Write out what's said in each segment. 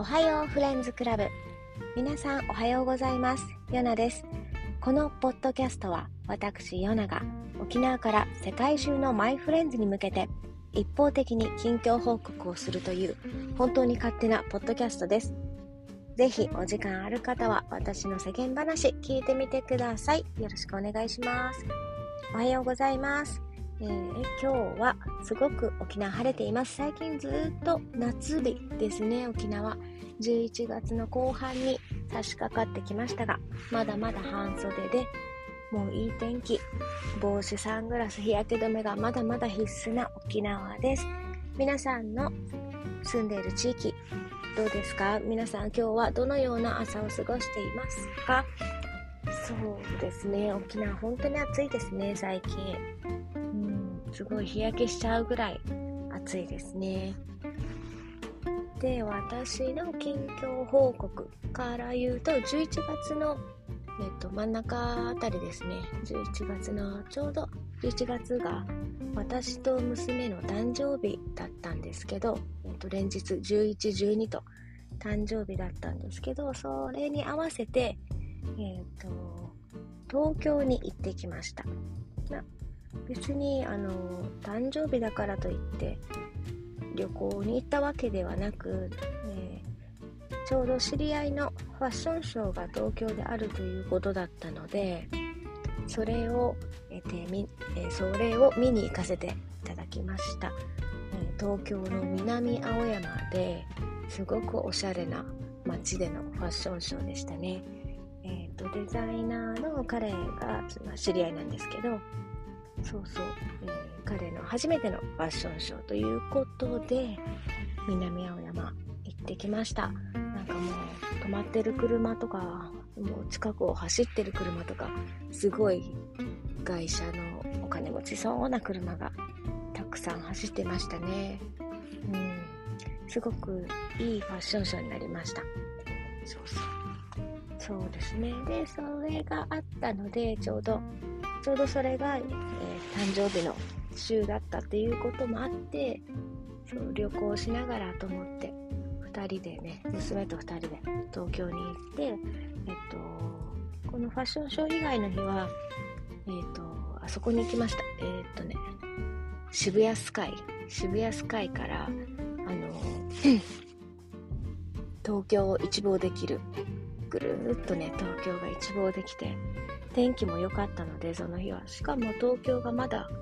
はようフレンズクラブ。皆さんおはようございます。ヨナです。このポッドキャストは私ヨナが沖縄から世界中のマイフレンズに向けて一方的に近況報告をするという本当に勝手なポッドキャストです。ぜひお時間ある方は私の世間話聞いてみてください。よろしくお願いします。おはようございます。今日はすごく沖縄晴れています。最近ずっと夏日ですね。沖縄11月の後半に差し掛かってきましたが、まだまだ半袖でもういい天気。帽子、サングラス、日焼け止めがまだまだ必須な沖縄です。皆さんの住んでいる地域どうですか？皆さん今日はどのような朝を過ごしていますか？そうですね、沖縄本当に暑いですね。最近すごい日焼けしちゃうぐらい暑いですね。で、私の近況報告から言うと、11月の、真ん中あたりですね。11月のちょうど11月が私と娘の誕生日だったんですけど、連日11、12と誕生日だったんですけど、それに合わせて、東京に行ってきました。別に誕生日だからといって旅行に行ったわけではなく、ちょうど知り合いのファッションショーが東京であるということだったので、それを見に行かせていただきました。東京の南青山ですごくおしゃれな街でのファッションショーでしたね。デザイナーの彼が知り合いなんですけど、彼の初めてのファッションショーということで南青山行ってきました。なんかもう止まってる車とか、もう近くを走ってる車とか、すごい外車のお金持ちそうな車がたくさん走ってましたね。すごくいいファッションショーになりました。そうですね。で、それがあったので、ちょうどそれが、誕生日の週だったっていうこともあって、旅行しながらと思って2人でね、娘と2人で東京に行って、このファッションショー以外の日は、あそこに行きました。渋谷スカイから東京を一望できる、ぐるーっとね東京が一望できて、天気も良かったので、その日はしかも東京がまだ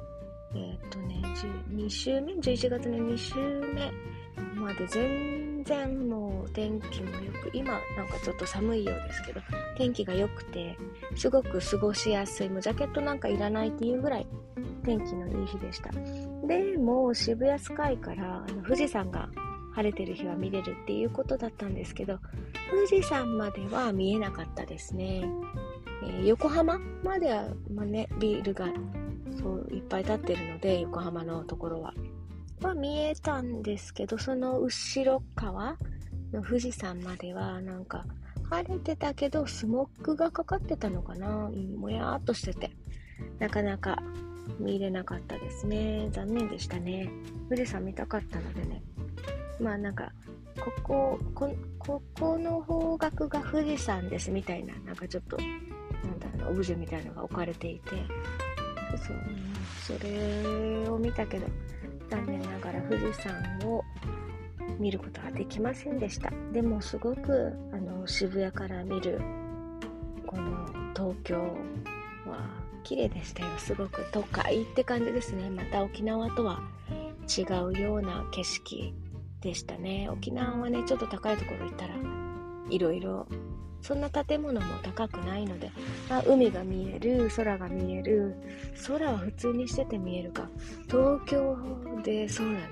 2週目11月の2週目まで全然もう天気もよく、今なんかちょっと寒いようですけど天気が良くてすごく過ごしやすい、もうジャケットなんかいらないっていうぐらい天気のいい日でした。でも渋谷スカイから富士山が晴れてる日は見れるっていうことだったんですけど、富士山までは見えなかったですね。横浜までは、ビルがいっぱい建ってるので、横浜のところは見えたんですけど、その後ろ側の富士山まではなんか晴れてたけどスモッグがかかってたのかな、もやーっとしててなかなか見れなかったですね。残念でしたね。富士山見たかったのでね、なんかここの方角が富士山ですみたいな、なんかちょっとオブジェみたいなのが置かれていて、それを見たけど残念ながら富士山を見ることはできませんでした。でもすごく渋谷から見るこの東京は綺麗でしたよ。すごく都会って感じですね。また沖縄とは違うような景色でしたね。沖縄はね、ちょっと高いところ行ったらいろいろ、そんな建物も高くないので、海が見える、空が見える。空は普通にしてて見えるか。東京で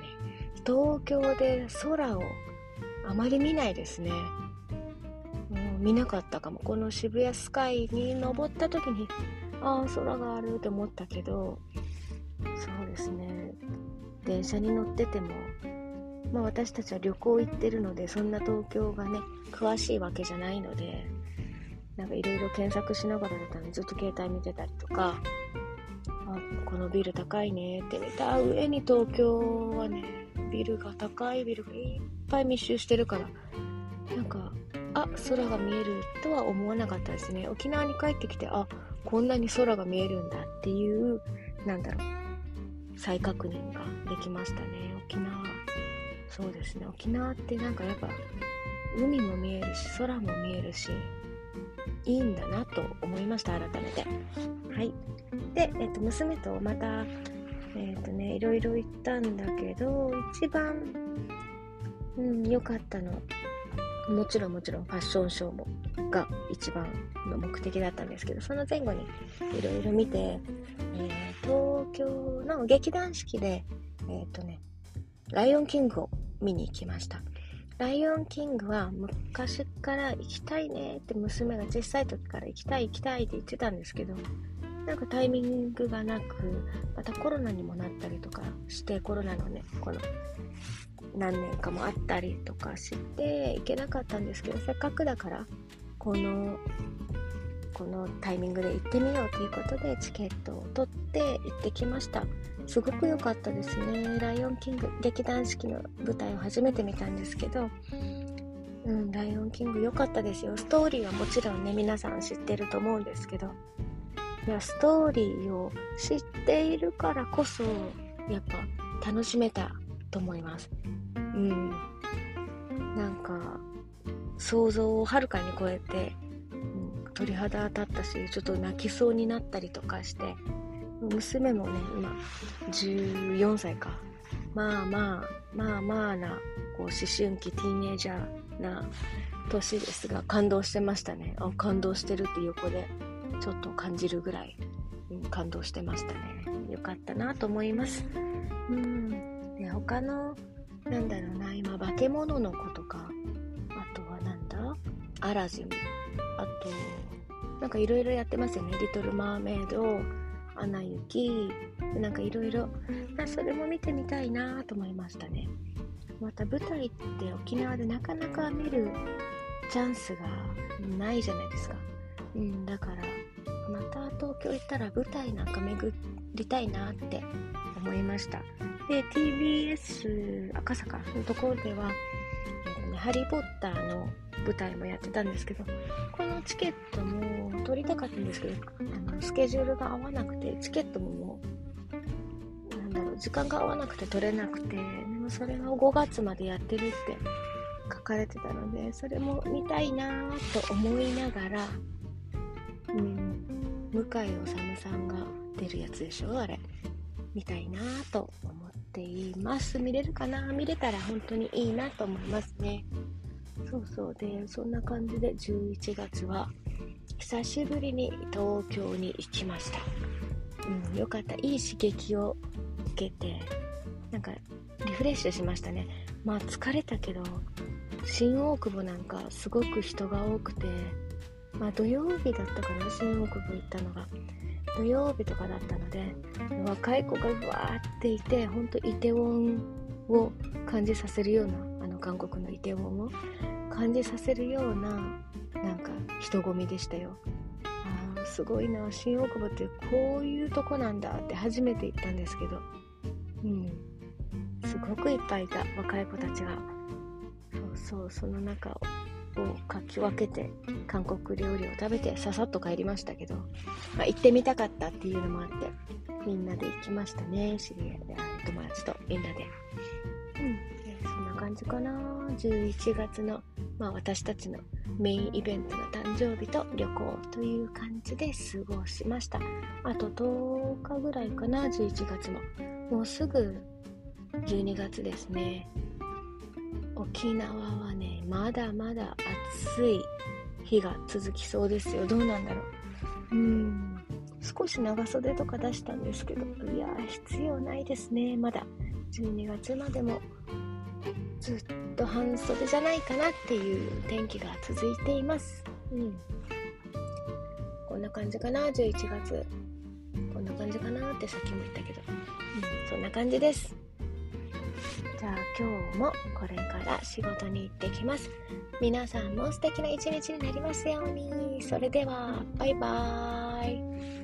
空をあまり見ないですね。見なかったかも。この渋谷スカイに登った時に空があるって思ったけど、そうですね、電車に乗ってても私たちは旅行行ってるので、そんな東京がね詳しいわけじゃないので、なんかいろいろ検索しながらだったので、ずっと携帯見てたりとか、このビル高いねって見た上に東京はね、高いビルがいっぱい密集してるからなんか空が見えるとは思わなかったですね。沖縄に帰ってきてこんなに空が見えるんだっていう再確認ができましたね。沖縄、そうですね、沖縄ってなんかやっぱ海も見えるし空も見えるしいいんだなと思いました、改めて。はい。で、娘とまたいろいろ行ったんだけど、一番良かったの、もちろんファッションショーもが一番の目的だったんですけど、その前後にいろいろ見て、東京の劇団四季でライオンキングを見に行きました。ライオンキングは昔から行きたいねって娘が小さい時から行きたいって言ってたんですけど、なんかタイミングがなく、またコロナにもなったりとかして、コロナのねこの何年かもあったりとかして行けなかったんですけど、せっかくだからこのタイミングで行ってみようということでチケットを取って行ってきました。すごく良かったですね。ライオンキング劇団四季の舞台を初めて見たんですけど、ライオンキング良かったですよ。ストーリーはもちろんね皆さん知ってると思うんですけど、いやストーリーを知っているからこそやっぱ楽しめたと思います。なんか想像をはるかに超えて、鳥肌立ったし、ちょっと泣きそうになったりとかして、娘もね今14歳か、まあなこう思春期ティーンエイジャーな年ですが、感動してましたね。感動してるって横でちょっと感じるぐらい、感動してましたね。よかったなと思います。で他の今化け物の子とか、あとはアラジン、あとなんかいろいろやってますよね。リトルマーメイド、アナ雪、なんかいろいろ、それも見てみたいなと思いましたね。また舞台って沖縄でなかなか見るチャンスがないじゃないですか。だからまた東京行ったら舞台なんか巡りたいなって思いました。で TBS 赤坂のところでは、ハリーポッターの舞台もやってたんですけど、このチケットも取りたかったんですけど、スケジュールが合わなくて、チケットも時間が合わなくて取れなくて、でもそれが5月までやってるって書かれてたので、それも見たいなと思いながら、向井理さんが出るやつでしょ、あれ見たいなと思っています。見れるかな？見れたら本当にいいなと思いますね。そうで、そんな感じで11月は久しぶりに東京に行きました。よかった。いい刺激を受けて、なんかリフレッシュしましたね。疲れたけど、新大久保なんかすごく人が多くて、土曜日だったかな、新大久保行ったのが土曜日とかだったので、若い子がうわーっていて、ほんとイテウォンを感じさせるような、韓国のイテウォンを感じさせるようななんか人混みでしたよ。すごいな、新大久保ってこういうとこなんだって初めて行ったんですけど、すごくいっぱいいた若い子たちが。その中をかき分けて韓国料理を食べてささっと帰りましたけど、行ってみたかったっていうのもあってみんなで行きましたね。知り合いで友達とみんなで。そんな感じかな。11月の、私たちのメインイベントの誕生日と旅行という感じで過ごしました。あと10日ぐらいかな、11月も。もうすぐ12月ですね。沖縄はね、まだまだ暑い日が続きそうですよ。どうなんだろう。少し長袖とか出したんですけど、いや必要ないですね。まだ12月までもずっと半袖じゃないかなっていう天気が続いています。こんな感じかな。11月こんな感じかなってさっきも言ったけど、そんな感じです。じゃあ今日もこれから仕事に行ってきます。皆さんも素敵な一日になりますように。それではバイバーイ。